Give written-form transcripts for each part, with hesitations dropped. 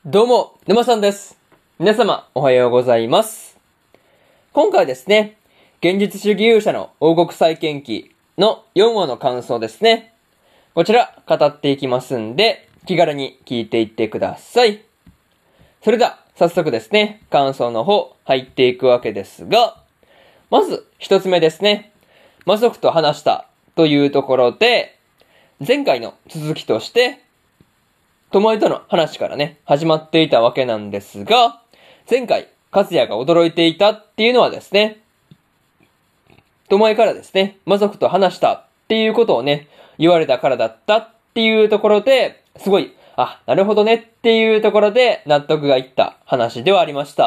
どうも、沼さんです。皆様、おはようございます。今回はですね、現実主義勇者の王国再建記の4話の感想ですね。こちら、語っていきますんで、気軽に聞いていってください。それでは、早速ですね、感想の方、入っていくわけですが、まず、一つ目ですね。魔族と話したというところで、前回の続きとして、巴との話からね、始まっていたわけなんですが、前回、和也が驚いていたっていうのはですね、巴からですね、魔族と話したっていうことをね、言われたからだったっていうところで、すごい、なるほどねっていうところで納得がいった話ではありました。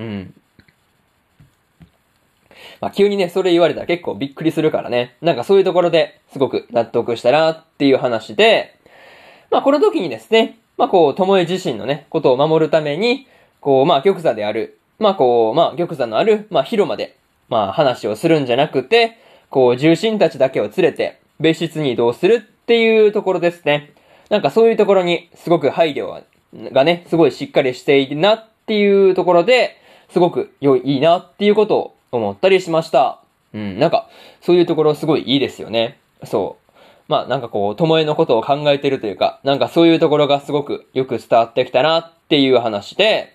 急にね、それ言われたら結構びっくりするからね、なんかそういうところですごく納得したなっていう話で、この時にですね、巴自身のね、ことを守るために、玉座である、玉座のある、広間で、話をするんじゃなくて、重臣たちだけを連れて、別室に移動するっていうところですね。なんかそういうところに、すごく配慮がね、すごいしっかりしているなっていうところで、すごくいいなっていうことを思ったりしました。なんか、そういうところすごいいいですよね。そう。なんか巴のことを考えてるというか、なんかそういうところがすごくよく伝わってきたなっていう話で、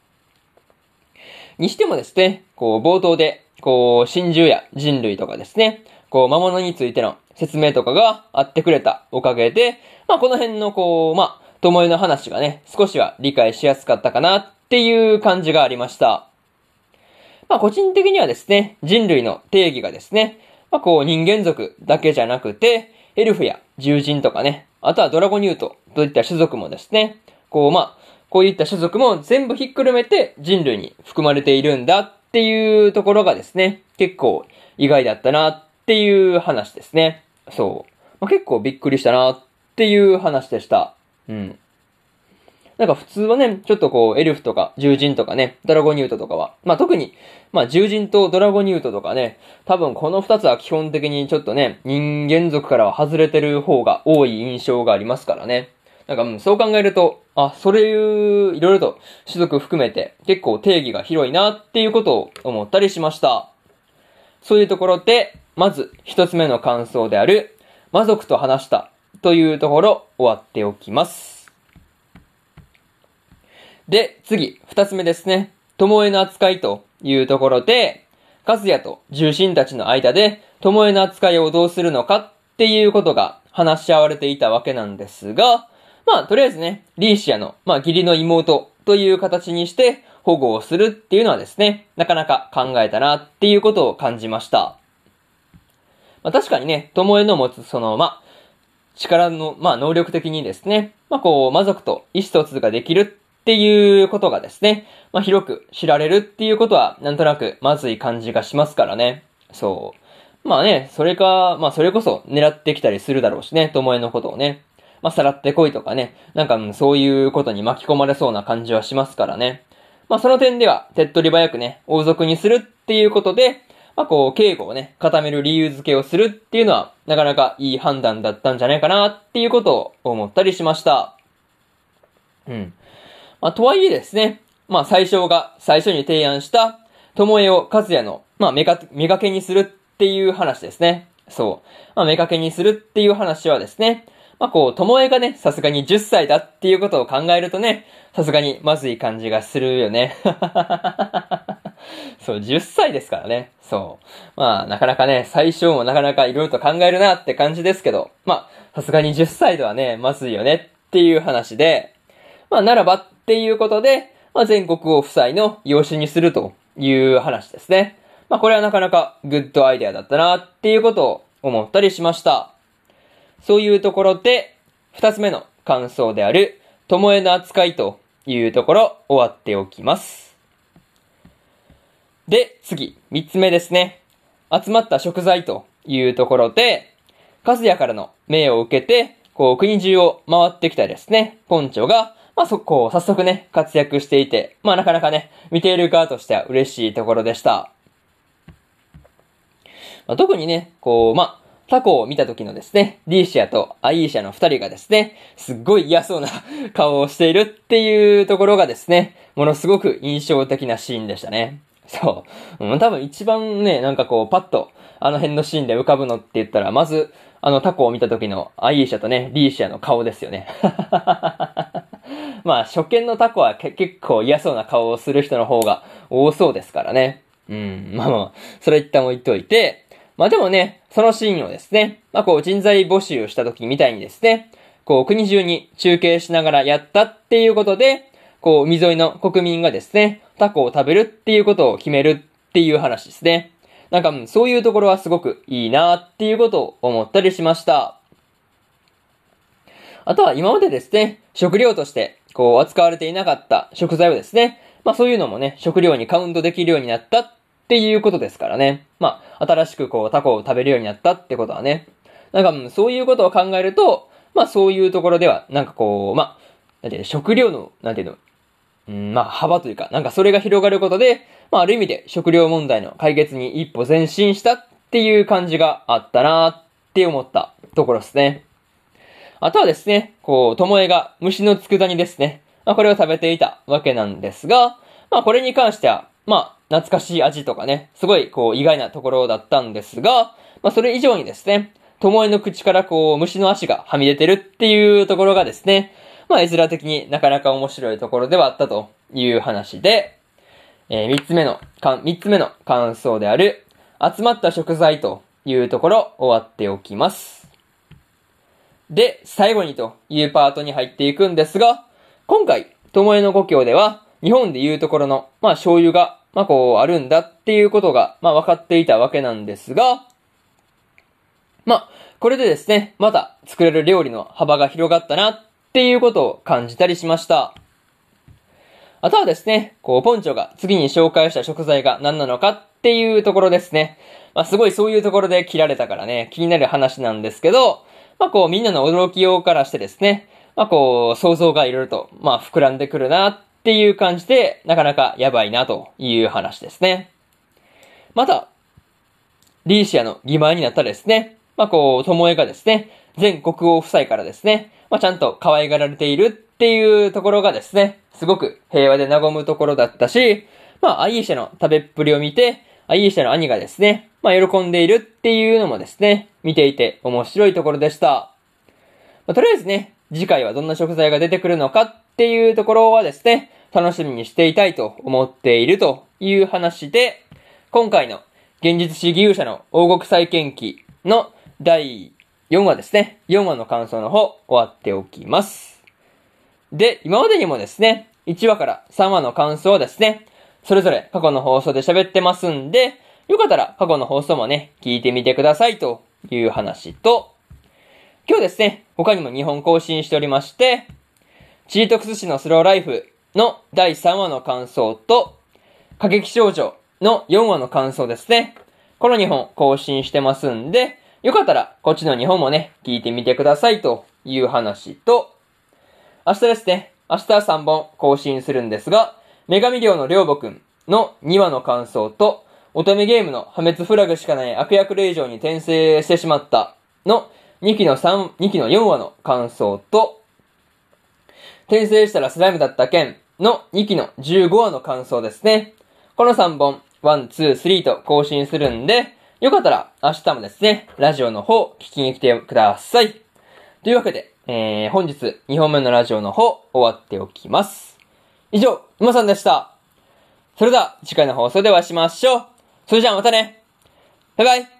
にしてもですね、冒頭で、神獣や人類とかですね、魔物についての説明とかがあってくれたおかげで、この辺の巴の話がね、少しは理解しやすかったかなっていう感じがありました。個人的にはですね、人類の定義がですね、人間族だけじゃなくて、エルフや獣人とかね、あとはドラゴニュートといった種族もですね、こういった種族も全部ひっくるめて人類に含まれているんだっていうところがですね、結構意外だったなっていう話ですね。そう。結構びっくりしたなっていう話でした。なんか普通はね、ちょっとエルフとか獣人とかね、ドラゴニュートとかは、特に、獣人とドラゴニュートとかね、多分この二つは基本的にちょっとね、人間族からは外れてる方が多い印象がありますからね。なんかそう考えると、それいろいろと種族含めて結構定義が広いなっていうことを思ったりしました。そういうところで、まず一つ目の感想である、魔族と話したというところ終わっておきます。で、次、二つ目ですね。巴の扱いというところで、和也と重臣たちの間で、巴の扱いをどうするのかっていうことが話し合われていたわけなんですが、とりあえずね、リーシアの、義理の妹という形にして保護をするっていうのはですね、なかなか考えたなっていうことを感じました。確かにね、巴の持つ力の、能力的にですね、魔族と意思疎通ができるっていうことがですね、広く知られるっていうことは、なんとなくまずい感じがしますからね。そう。それこそ狙ってきたりするだろうしね、巴のことをね。さらってこいとかね、なんかそういうことに巻き込まれそうな感じはしますからね。その点では、手っ取り早くね、王族にするっていうことで、警護をね、固める理由付けをするっていうのは、なかなかいい判断だったんじゃないかなっていうことを思ったりしました。とはいえですね、最初に提案した、巴を和也の、妾にするっていう話ですね。そう。妾にするっていう話はですね、巴がね、さすがに10歳だっていうことを考えるとね、さすがにまずい感じがするよね。そう、10歳ですからね。そう。なかなかね、最初もなかなか色々と考えるなって感じですけど、さすがに10歳ではね、まずいよねっていう話で、ならばっていうことで、全国王夫妻の養子にするという話ですね。これはなかなかグッドアイデアだったなっていうことを思ったりしました。そういうところで、二つ目の感想である、巴の扱いというところ終わっておきます。で、次、三つ目ですね。集まった食材というところで、和也からの命を受けて、国中を回ってきたですね、ポンチョが、早速ね、活躍していて、なかなかね、見ている側としては嬉しいところでした。特にね、 タコを見た時のですね、リーシアとアイーシャの二人がですね、すっごい嫌そうな顔をしているっていうところがですね、ものすごく印象的なシーンでしたね。そう。多分一番ね、なんかこう、パッと、あの辺のシーンで浮かぶのって言ったら、まず、タコを見た時のアイーシャとね、リーシアの顔ですよね。まあ、初見のタコは結構嫌そうな顔をする人の方が多そうですからね。まあまあ、それ一旦置いといて、まあでもね、そのシーンをですね、まあこう人材募集した時みたいにですね、こう国中に中継しながらやったっていうことで、こう海沿いの国民がですね、タコを食べるっていうことを決めるっていう話ですね。なんかそういうところはすごくいいなっていうことを思ったりしました。あとは今までですね、食料としてこう扱われていなかった食材をですね、まあそういうのもね、食料にカウントできるようになったっていうことですからね。まあ新しくこうタコを食べるようになったってことはね。なんかそういうことを考えると、まあそういうところでは、なんかこう、まあ、なんていうの、食料の、なんていうの、まあ幅というか、なんかそれが広がることで、まあある意味で食料問題の解決に一歩前進したっていう感じがあったなって思ったところですね。あとはですね、こう、ともえが虫の佃煮ですね。まあこれを食べていたわけなんですが、まあこれに関しては、まあ懐かしい味とかね、すごいこう意外なところだったんですが、まあそれ以上にですね、ともえの口からこう虫の足がはみ出てるっていうところがですね、まあ絵面的になかなか面白いところではあったという話で、三つ目の感想である、集まった食材というところ終わっておきます。で、最後にというパートに入っていくんですが、今回、ともえの故郷では、日本でいうところの、まあ醤油が、まあこうあるんだっていうことが、まあ分かっていたわけなんですが、まあ、これでですね、また作れる料理の幅が広がったなっていうことを感じたりしました。あとはですね、こう、ポンチョが次に紹介した食材が何なのかっていうところですね。まあ、すごいそういうところで切られたからね、気になる話なんですけど、まあ、こう、みんなの驚きようからしてですね、まあ、こう、想像がいろいろと、まあ、膨らんでくるなっていう感じで、なかなかやばいなという話ですね。また、リーシアの欺瞞になったらですね、まあ、こう、ともえがですね、全国王夫妻からですね、まあ、ちゃんと可愛がられているっていうところがですね、すごく平和で和むところだったし、まあ、アイーシャの食べっぷりを見て、アイーシャの兄がですね、まあ、喜んでいるっていうのもですね、見ていて面白いところでした。まあ、とりあえずね、次回はどんな食材が出てくるのかっていうところはですね、楽しみにしていたいと思っているという話で、今回の現実主義勇者の王国再建記の第4話ですね。4話の感想の方終わっておきます。で、今までにもですね、1話から3話の感想をですね、それぞれ過去の放送で喋ってますんで、よかったら過去の放送もね、聞いてみてくださいという話と、今日ですね、他にも2本更新しておりまして、チートクス市のスローライフの第3話の感想と、過激少女の4話の感想ですね。この2本更新してますんで、よかったらこっちの2本もね、聞いてみてくださいという話と、明日ですね、明日は3本更新するんですが、女神寮のりょうぼくんの2話の感想と、乙女ゲームの破滅フラグしかない悪役令嬢に転生してしまったの2期の4話の感想と、転生したらスライムだった件の2期の15話の感想ですね。この3本、1、2、3と更新するんで、よかったら明日もですね、ラジオの方聞きに来てください。というわけで、本日2本目のラジオの方終わっておきます。以上、馬さんでした。それでは次回の放送でお会いしましょう。それじゃあまたね。バイバイ。